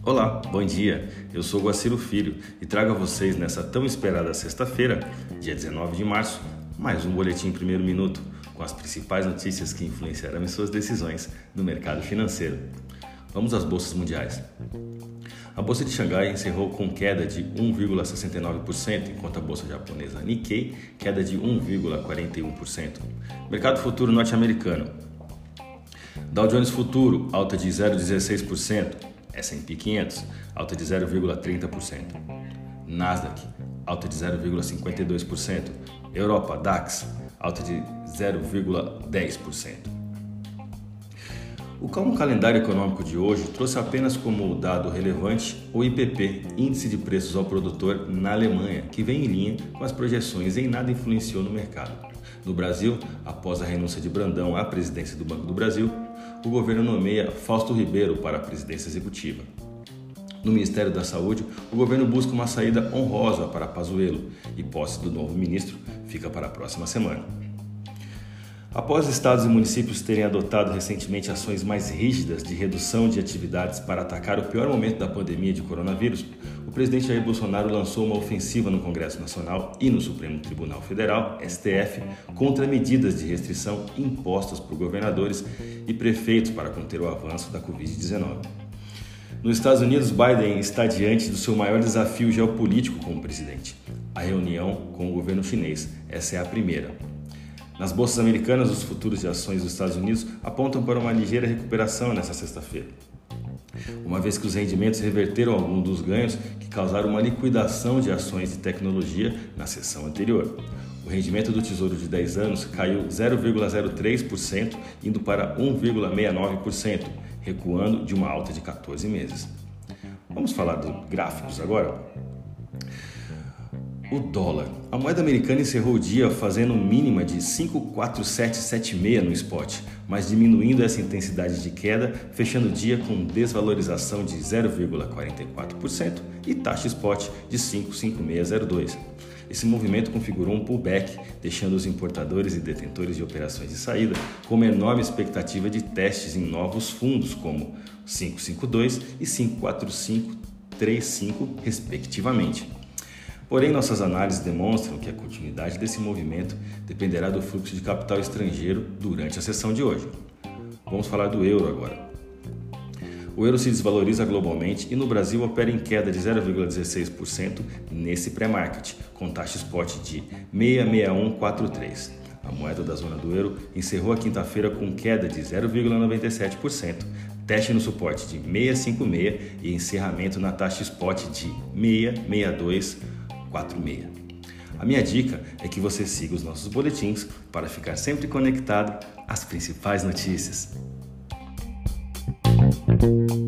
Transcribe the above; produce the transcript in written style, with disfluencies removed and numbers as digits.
Olá, bom dia. Eu sou Guaciro Filho e trago a vocês nessa tão esperada sexta-feira, dia 19 de março, mais um Boletim Primeiro Minuto, com as principais notícias que influenciarão em suas decisões no mercado financeiro. Vamos às bolsas mundiais. A bolsa de Xangai encerrou com queda de 1,69%, enquanto a bolsa japonesa Nikkei queda de 1,41%. Mercado futuro norte-americano. Dow Jones Futuro, alta de 0,16%. S&P 500, alta de 0,30%. Nasdaq, alta de 0,52%. Europa, DAX, alta de 0,10%. O calmo calendário econômico de hoje trouxe apenas como dado relevante o IPP, Índice de Preços ao Produtor na Alemanha, que vem em linha com as projeções e em nada influenciou no mercado. No Brasil, após a renúncia de Brandão à presidência do Banco do Brasil, o governo nomeia Fausto Ribeiro para a presidência executiva. No Ministério da Saúde, o governo busca uma saída honrosa para Pazuello e posse do novo ministro fica para a próxima semana. Após estados e municípios terem adotado recentemente ações mais rígidas de redução de atividades para atacar o pior momento da pandemia de coronavírus, o presidente Jair Bolsonaro lançou uma ofensiva no Congresso Nacional e no Supremo Tribunal Federal, STF, contra medidas de restrição impostas por governadores e prefeitos para conter o avanço da Covid-19. Nos Estados Unidos, Biden está diante do seu maior desafio geopolítico como presidente, a reunião com o governo chinês. Essa é a primeira. Nas bolsas americanas, os futuros de ações dos Estados Unidos apontam para uma ligeira recuperação nesta sexta-feira, uma vez que os rendimentos reverteram alguns dos ganhos que causaram uma liquidação de ações de tecnologia na sessão anterior. O rendimento do Tesouro de 10 anos caiu 0,03%, indo para 1,69%, recuando de uma alta de 14 meses. Vamos falar dos gráficos agora? O dólar. A moeda americana encerrou o dia fazendo mínima de 5,4776 no spot, mas diminuindo essa intensidade de queda, fechando o dia com desvalorização de 0,44% e taxa spot de 5,5602. Esse movimento configurou um pullback, deixando os importadores e detentores de operações de saída com uma enorme expectativa de testes em novos fundos como 552 e 54535, respectivamente. Porém, nossas análises demonstram que a continuidade desse movimento dependerá do fluxo de capital estrangeiro durante a sessão de hoje. Vamos falar do euro agora. O euro se desvaloriza globalmente e no Brasil opera em queda de 0,16% nesse pré-market, com taxa spot de 6,6143. A moeda da zona do euro encerrou a quinta-feira com queda de 0,97%, teste no suporte de 6,56 e encerramento na taxa spot de 6,6246. A minha dica é que você siga os nossos boletins para ficar sempre conectado às principais notícias.